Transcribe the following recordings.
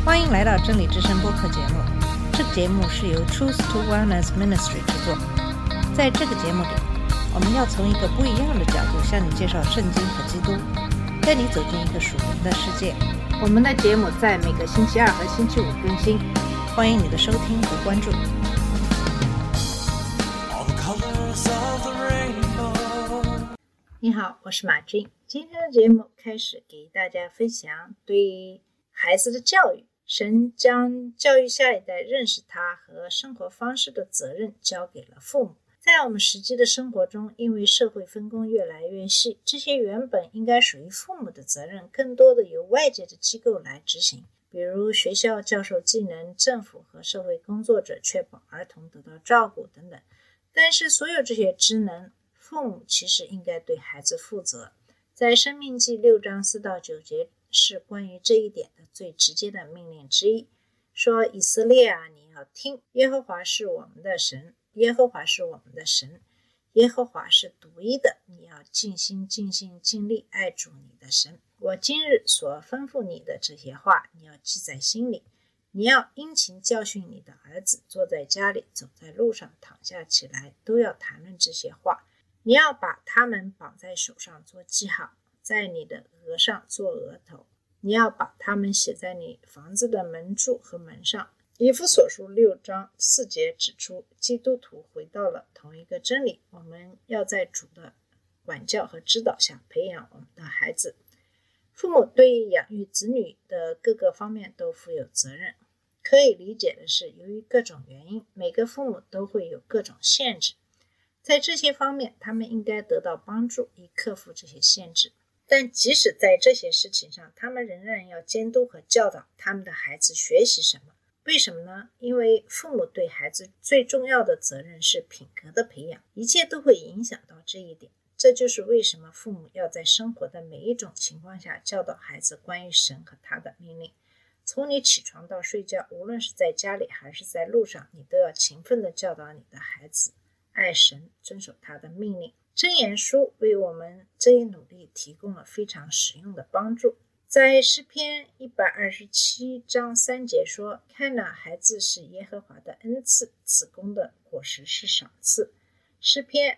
欢迎来到真理之声播客节目。这个节目是由 Truth to Wellness Ministry 制作。在这个节目里，我们要从一个不一样的角度向你介绍圣经和基督，带你走进一个属灵的世界。我们的节目在每个星期二和星期五更新，欢迎你的收听和关注。你好，我是马军。今天的节目开始给大家分享对孩子的教育。神将教育下一代认识他和生活方式的责任交给了父母。在我们实际的生活中，因为社会分工越来越细，这些原本应该属于父母的责任，更多的由外界的机构来执行，比如学校教授技能，政府和社会工作者确保儿童得到照顾等等。但是所有这些职能，父母其实应该对孩子负责。在申命记6章4到9节是关于这一点的最直接的命令之一，说以色列啊，你要听，耶和华是我们的神，耶和华是我们的神，耶和华是独一的，你要尽心尽性尽力爱主你的神。我今日所吩咐你的这些话，你要记在心里，你要殷勤教训你的儿子，坐在家里，走在路上，躺下起来，都要谈论这些话。你要把他们绑在手上做记号，在你的额上做额头，你要把他们写在你房子的门柱和门上。以弗所书6章4节指出，基督徒回到了同一个真理，我们要在主的管教和指导下培养我们的孩子。父母对养育子女的各个方面都负有责任。可以理解的是，由于各种原因，每个父母都会有各种限制，在这些方面他们应该得到帮助，以克服这些限制。但即使在这些事情上，他们仍然要监督和教导他们的孩子学习什么。为什么呢？因为父母对孩子最重要的责任是品格的培养，一切都会影响到这一点。这就是为什么父母要在生活的每一种情况下教导孩子关于神和他的命令。从你起床到睡觉，无论是在家里还是在路上，你都要勤奋地教导你的孩子爱神，遵守他的命令。箴言书为我们这一努力提供了非常实用的帮助。在诗篇127章3节说，看哪，孩子是耶和华的恩赐，子宫的果实是赏赐。诗篇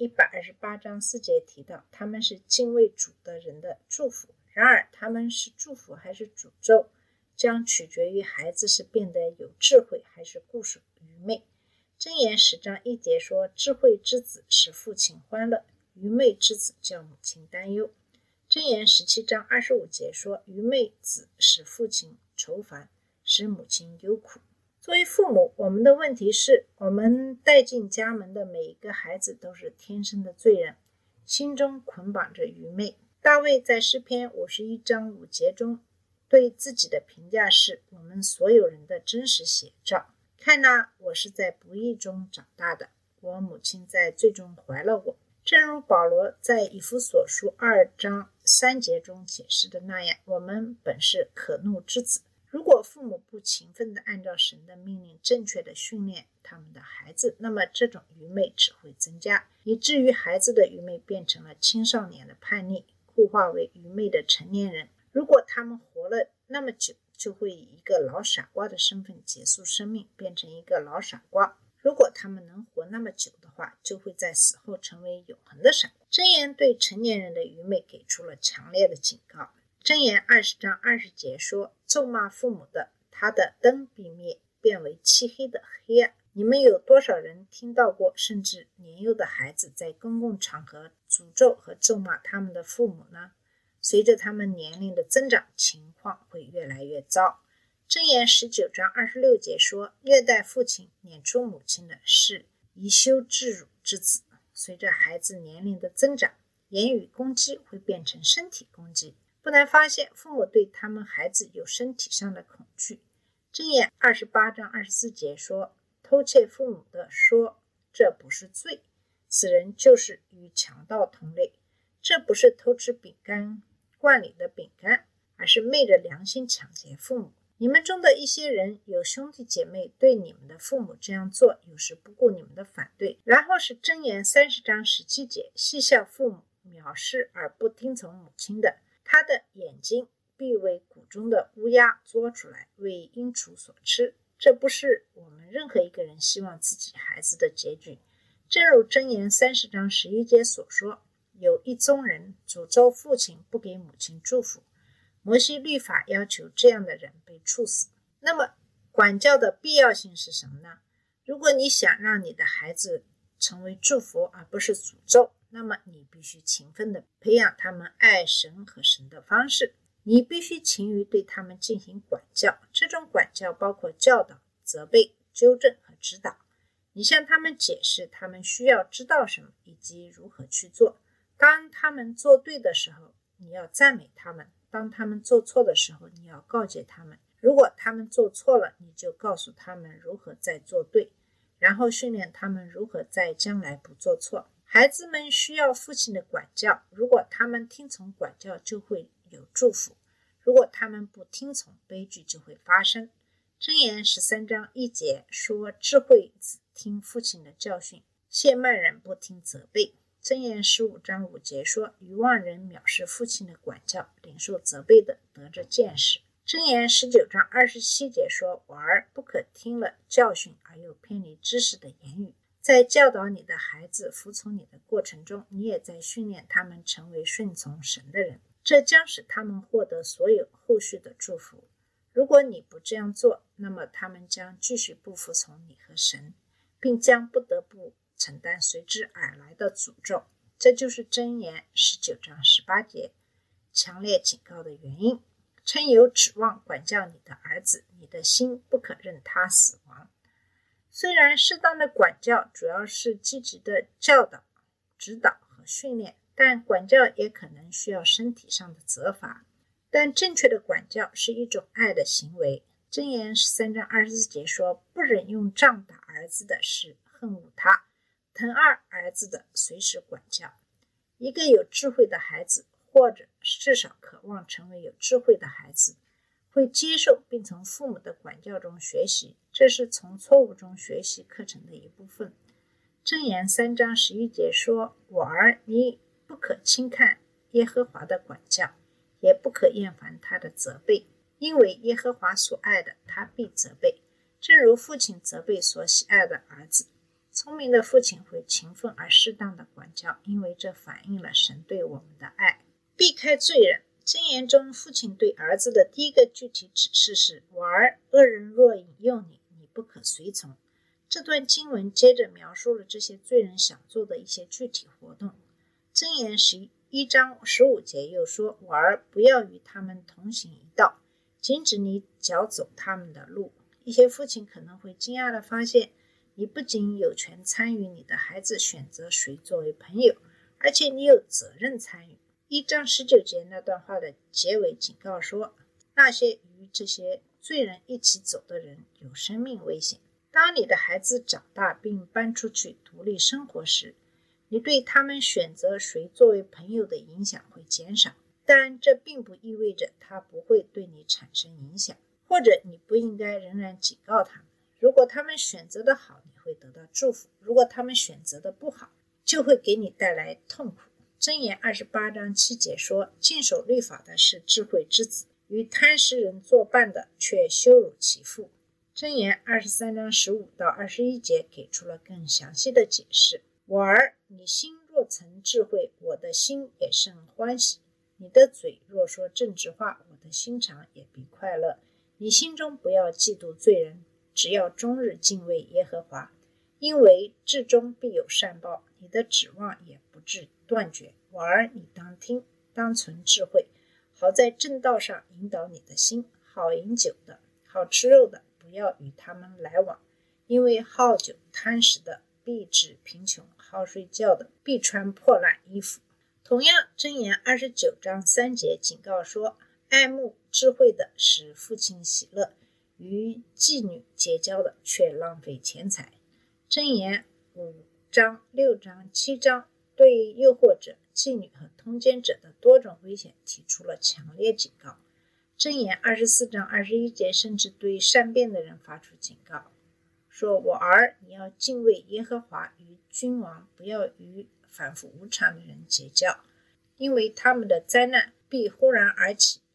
128章4节提到，他们是敬畏主的人的祝福。然而他们是祝福还是诅咒，将取决于孩子是变得有智慧还是固守愚昧。箴言10章1节说，智慧之子使父亲欢乐，愚昧之子叫母亲担忧。箴言17章25节说，愚昧子使父亲愁烦，使母亲忧苦。作为父母，我们的问题是，我们带进家门的每一个孩子都是天生的罪人，心中捆绑着愚昧。大卫在诗篇51章5节中对自己的评价是，我们所有人的真实写照。看哪，我是在不义中长大的，我母亲在罪中怀了我。正如保罗在以弗所书2章3节中解释的那样，我们本是可怒之子。如果父母不勤奋地按照神的命令正确地训练他们的孩子，那么这种愚昧只会增加，以至于孩子的愚昧变成了青少年的叛逆，固化为愚昧的成年人。如果他们活了那么久，就会以一个老傻瓜的身份结束生命，变成一个老傻瓜。如果他们能活那么久的话，就会在死后成为永恒的傻瓜。箴言对成年人的愚昧给出了强烈的警告。箴言20章20节说，咒骂父母的，他的灯必灭，变为漆黑的黑暗。你们有多少人听到过甚至年幼的孩子在公共场合诅咒和咒骂他们的父母呢？随着他们年龄的增长，情况会越来越糟。箴言19章26节说，虐待父亲撵出母亲的是贻羞至辱之子。随着孩子年龄的增长，言语攻击会变成身体攻击。不难发现，父母对他们孩子有身体上的恐惧。箴言28章24节说，偷窃父母的说，这不是罪，此人就是与强盗同类。这不是偷吃饼干罐里的饼干，而是昧着良心抢劫父母。你们中的一些人有兄弟姐妹对你们的父母这样做，有时不顾你们的反对。然后是箴言30章17节，戏笑父母，藐视而不听从母亲的，他的眼睛必为谷中的乌鸦捉出来，为鹰雏所吃。这不是我们任何一个人希望自己孩子的结局。正如箴言30章11节所说，有一宗人诅咒父亲，不给母亲祝福。摩西律法要求这样的人被处死。那么管教的必要性是什么呢？如果你想让你的孩子成为祝福而不是诅咒，那么你必须勤奋地培养他们爱神和神的方式。你必须勤于对他们进行管教，这种管教包括教导、责备、纠正和指导。你向他们解释他们需要知道什么以及如何去做。当他们做对的时候，你要赞美他们；当他们做错的时候，你要告诫他们。如果他们做错了，你就告诉他们如何再做对，然后训练他们如何在将来不做错。孩子们需要父亲的管教，如果他们听从管教，就会有祝福；如果他们不听从，悲剧就会发生。箴言13章1节说，智慧子听父亲的教训，亵慢人不听责备。箴言15章5节说，愚妄人藐视父亲的管教，领受责备的得着见识。箴言19章27节说，我儿不可听了教训而又偏离知识的言语。在教导你的孩子服从你的过程中，你也在训练他们成为顺从神的人，这将使他们获得所有后续的祝福。如果你不这样做，那么他们将继续不服从你和神，并将不得不承担随之而来的诅咒。这就是箴言19章18节强烈警告的原因。趁有指望管教你的儿子，你的心不可任他死亡。虽然适当的管教主要是积极的教导、指导和训练，但管教也可能需要身体上的责罚。但正确的管教是一种爱的行为。箴言13章24节说，不忍用杖打儿子的是恨恶他，疼爱儿子的随时管教。一个有智慧的孩子，或者至少渴望成为有智慧的孩子，会接受并从父母的管教中学习，这是从错误中学习课程的一部分。箴言3章11节说，我儿，你不可轻看耶和华的管教，也不可厌烦他的责备，因为耶和华所爱的，他必责备，正如父亲责备所喜爱的儿子。聪明的父亲会勤奋而适当的管教，因为这反映了神对我们的爱。避开罪人。箴言中父亲对儿子的第一个具体指示是，我儿，恶人若引诱你，你不可随从。这段经文接着描述了这些罪人想做的一些具体活动。箴言11章15节又说，我儿，不要与他们同行一道，禁止你脚走他们的路。一些父亲可能会惊讶地发现，你不仅有权参与你的孩子选择谁作为朋友，而且你有责任参与。1章19节那段话的结尾警告说，那些与这些罪人一起走的人有生命危险。当你的孩子长大并搬出去独立生活时，你对他们选择谁作为朋友的影响会减少，但这并不意味着他不会对你产生影响，或者你不应该仍然警告他们。如果他们选择的好，你会得到祝福；如果他们选择的不好，就会给你带来痛苦。箴言28章7节说，禁守律法的是智慧之子，与贪食人作伴的却羞辱其父。箴言23章15到21节给出了更详细的解释。我儿，你心若曾智慧，我的心也甚欢喜；你的嘴若说正直话，我的心肠也必快乐。你心中不要嫉妒罪人，只要终日敬畏耶和华，因为至终必有善报，你的指望也不致断绝。我儿，你当听，当存智慧，好在正道上引导你的心。好饮酒的，好吃肉的，不要与他们来往，因为好酒贪食的必致贫穷，好睡觉的必穿破烂衣服。同样，箴言29章3节警告说，爱慕智慧的使父亲喜乐，与妓女结交的却浪费钱财。箴言5章、6章、7章对诱惑者、妓女和通奸者的多种危险提出了强烈警告。箴言24章21节甚至对善变的人发出警告，说，我儿，你要敬畏耶和华，与君王不要与反复无常的人结交，因为他们的灾难必忽然而起，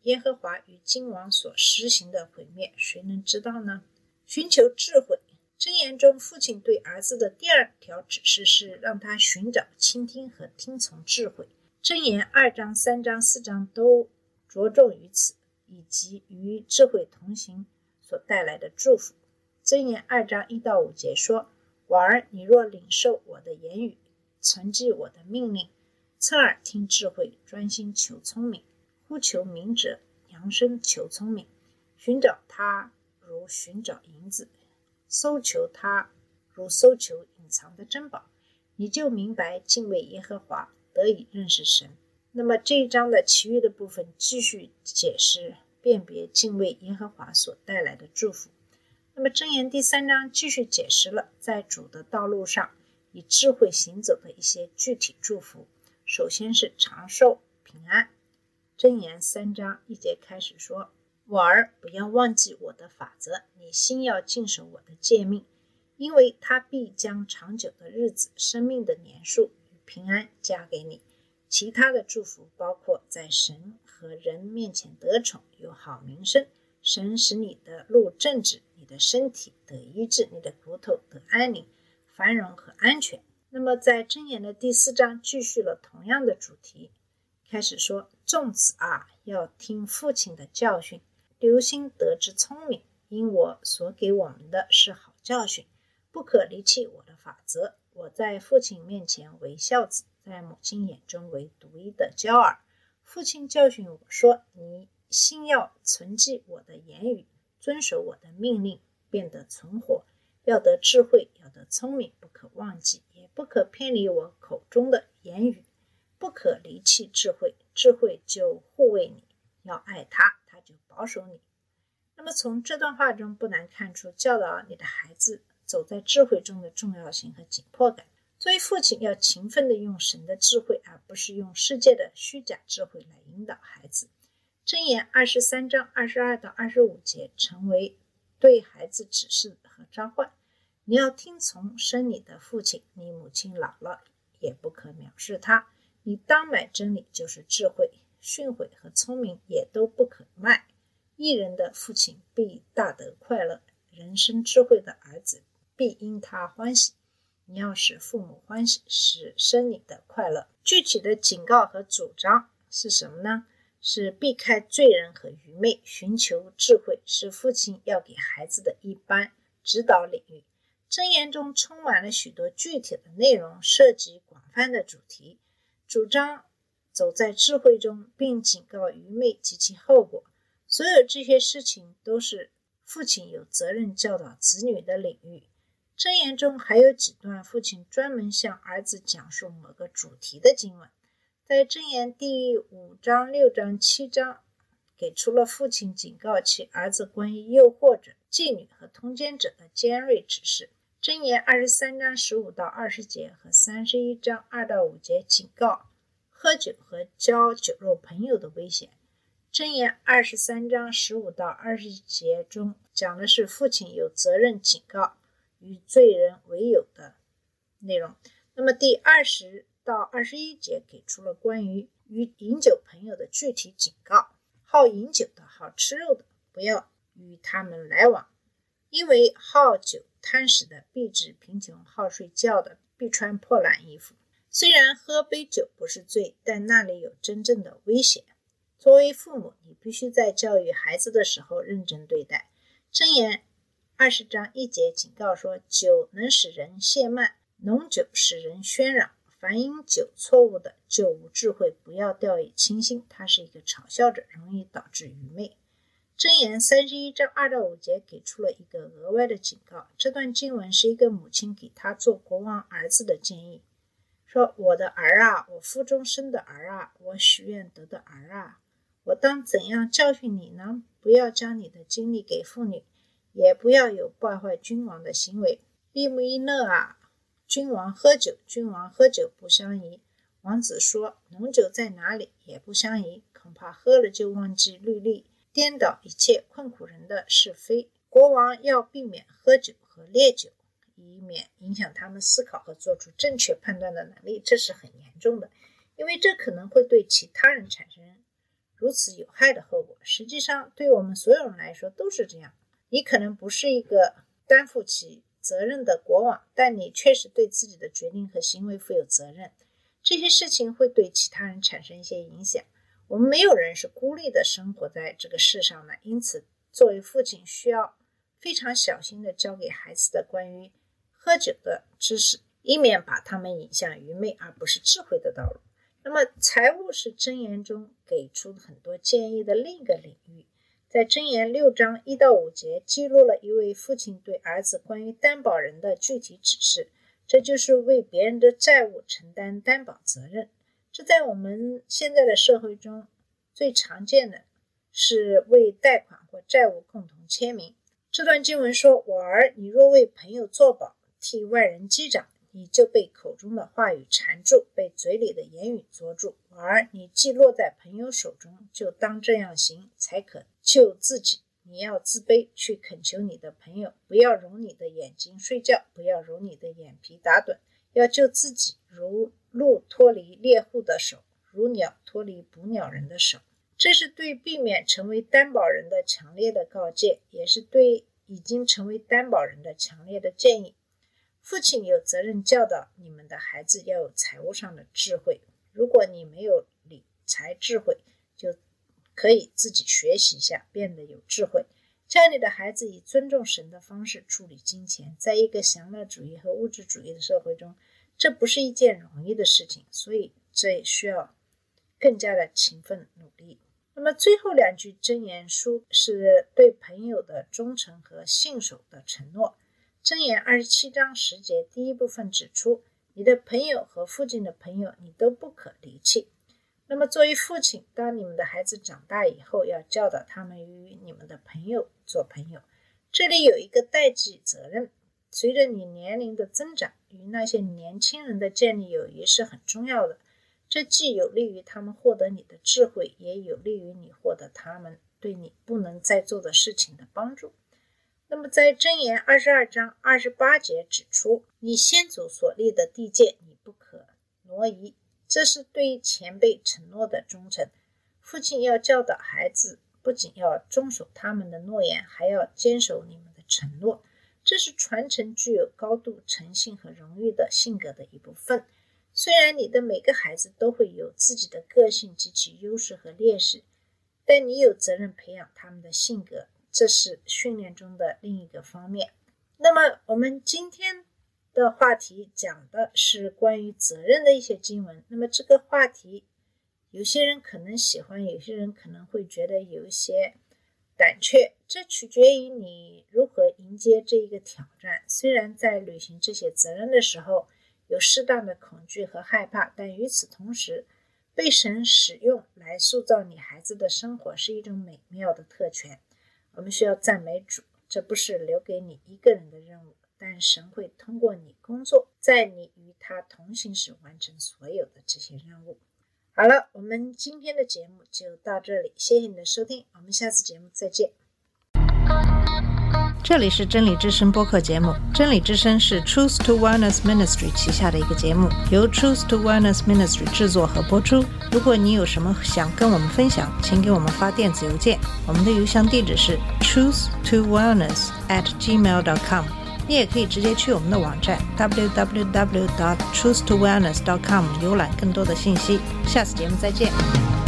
耶和华与君王所施行的毁灭，谁能知道呢？寻求智慧。箴言中父亲对儿子的第二条指示是让他寻找、倾听和听从智慧。箴言2章、3章、4章都着重于此，以及与智慧同行所带来的祝福。箴言2章1到5节说，我儿，你若领受我的言语，存记我的命令，侧耳听智慧，专心求聪明，呼求明哲，扬声求聪明，寻找他如寻找银子，搜求他如搜求隐藏的珍宝，你就明白敬畏耶和华，得以认识神。那么这一章的其余的部分继续解释辨别敬畏耶和华所带来的祝福。那么箴言第3章继续解释了在主的道路上以智慧行走的一些具体祝福。首先是长寿平安。箴言3章1节开始说，我儿，不要忘记我的法则，你心要谨守我的诫命，因为他必将长久的日子、生命的年数与平安加给你。其他的祝福包括在神和人面前得宠，有好名声，神使你的路正直，你的身体得医治，你的骨头得安宁、繁荣和安全。那么在箴言的第4章继续了同样的主题，开始说，众子啊，要听父亲的教训，留心得知聪明，因我所给我们的是好教训，不可离弃我的法则。我在父亲面前为孝子，在母亲眼中为独一的娇儿。父亲教训我说，你心要存记我的言语，遵守我的命令，变得存活，要得智慧，要得聪明，不可忘记，也不可偏离我口中的言语，不可离弃智慧，智慧就护卫你，要爱他，他就保守你。那么从这段话中不难看出教导你的孩子走在智慧中的重要性和紧迫感。作为父亲，要勤奋地用神的智慧，而不是用世界的虚假智慧来引导孩子。箴言23章22到25节成为对孩子指示和召唤。你要听从生你的父亲，你母亲老了也不可藐视他。你当买真理，就是智慧，训诲和聪明也都不可卖。义人的父亲必大得快乐，人生智慧的儿子必因他欢喜。你要使父母欢喜，使生你的快乐。具体的警告和主张是什么呢？是避开罪人和愚昧，寻求智慧，是父亲要给孩子的一般指导领域。箴言中充满了许多具体的内容，涉及广泛的主题，主张走在智慧中，并警告愚昧及其后果。所有这些事情都是父亲有责任教导子女的领域。箴言中还有几段父亲专门向儿子讲述某个主题的经文。在箴言第5章、6章、7章给出了父亲警告其儿子关于诱惑者、妓女和通奸者的尖锐指示。箴言23章15到20节和31章2到5节警告喝酒和交酒肉朋友的危险。箴言23章15到20节中讲的是父亲有责任警告与罪人为友的内容。那么第20到21节给出了关于与饮酒朋友的具体警告。好饮酒的、好吃肉的，不要与他们来往，因为好酒贪食的必致贫穷，好睡觉的必穿破烂衣服。虽然喝杯酒不是罪，但那里有真正的危险。作为父母，你必须在教育孩子的时候认真对待。箴言20章1节警告说，酒能使人懈慢，浓酒使人喧嚷，凡饮酒错误的就无智慧，不要掉以轻心，它是一个嘲笑者，容易导致愚昧。箴言31章2到5节给出了一个额外的警告。这段经文是一个母亲给他做国王儿子的建议，说，我的儿啊，我腹中生的儿啊，我许愿得的儿啊，我当怎样教训你呢？不要将你的精力给妇女，也不要有败坏君王的行为。利木伊勒啊，君王喝酒不相宜。王子说，浓酒在哪里也不相宜，恐怕喝了就忘记律例，颠倒一切困苦人的是非。国王要避免喝酒和烈酒，以免影响他们思考和做出正确判断的能力，这是很严重的，因为这可能会对其他人产生如此有害的后果。实际上对我们所有人来说都是这样。你可能不是一个担负起责任的国王，但你确实对自己的决定和行为负有责任。这些事情会对其他人产生一些影响。我们没有人是孤立的生活在这个世上的，因此作为父亲需要非常小心地教给孩子的关于喝酒的知识，以免把他们引向愚昧而不是智慧的道路。那么财务是箴言中给出很多建议的另一个领域。在箴言6章1到5节记录了一位父亲对儿子关于担保人的具体指示，这就是为别人的债务承担担保责任。这在我们现在的社会中最常见的是为贷款或债务共同签名。这段经文说，我儿，你若为朋友作保，替外人击掌，你就被口中的话语缠住，被嘴里的言语捉住。我儿，你既落在朋友手中，就当这样行，才可救自己。你要自卑，去恳求你的朋友，不要容你的眼睛睡觉，不要容你的眼皮打盹，要救自己，如鹿脱离猎户的手，如鸟脱离捕鸟人的手。这是对避免成为担保人的强烈的告诫，也是对已经成为担保人的强烈的建议。父亲有责任教导你们的孩子要有财务上的智慧。如果你没有理财智慧，就可以自己学习一下，变得有智慧。教你的孩子以尊重神的方式处理金钱。在一个享乐主义和物质主义的社会中，这不是一件容易的事情，所以这也需要更加的勤奋努力。那么最后2句箴言书是对朋友的忠诚和信守的承诺。箴言27章10节第一部分指出，你的朋友和附近的朋友你都不可离弃。那么作为父亲，当你们的孩子长大以后，要教导他们与你们的朋友做朋友。这里有一个代际责任，随着你年龄的增长，与那些年轻人的建立友谊是很重要的。这既有利于他们获得你的智慧，也有利于你获得他们对你不能再做的事情的帮助。那么在箴言22章28节指出，你先祖所立的地界你不可挪移，这是对前辈承诺的忠诚。父亲要教导孩子，不仅要遵守他们的诺言，还要坚守你们的承诺。这是传承具有高度诚信和荣誉的性格的一部分。虽然你的每个孩子都会有自己的个性及其优势和劣势，但你有责任培养他们的性格，这是训练中的另一个方面。那么我们今天的话题讲的是关于责任的一些经文。那么这个话题有些人可能喜欢，有些人可能会觉得有一些胆怯，这取决于你如何迎接这一个挑战。虽然在履行这些责任的时候有适当的恐惧和害怕，但与此同时，被神使用来塑造你孩子的生活是一种美妙的特权。我们需要赞美主，这不是留给你一个人的任务，但神会通过你工作，在你与他同行时完成所有的这些任务。好了，我们今天的节目就到这里，谢谢你的收听，我们下次节目再见。 这里是真理之声播客节目。真理之声是 Truth to Wellness Ministry 旗下的一个节目，由 Truth to Wellness Ministry 制作和播出。如果你有什么想跟我们分享，请给我们发电子邮件，我们的邮箱地址是 truthtowellness@gmail.com。 你也可以直接去我们的网站 www.truthtowellness.com 浏览更多的信息。下次节目再见。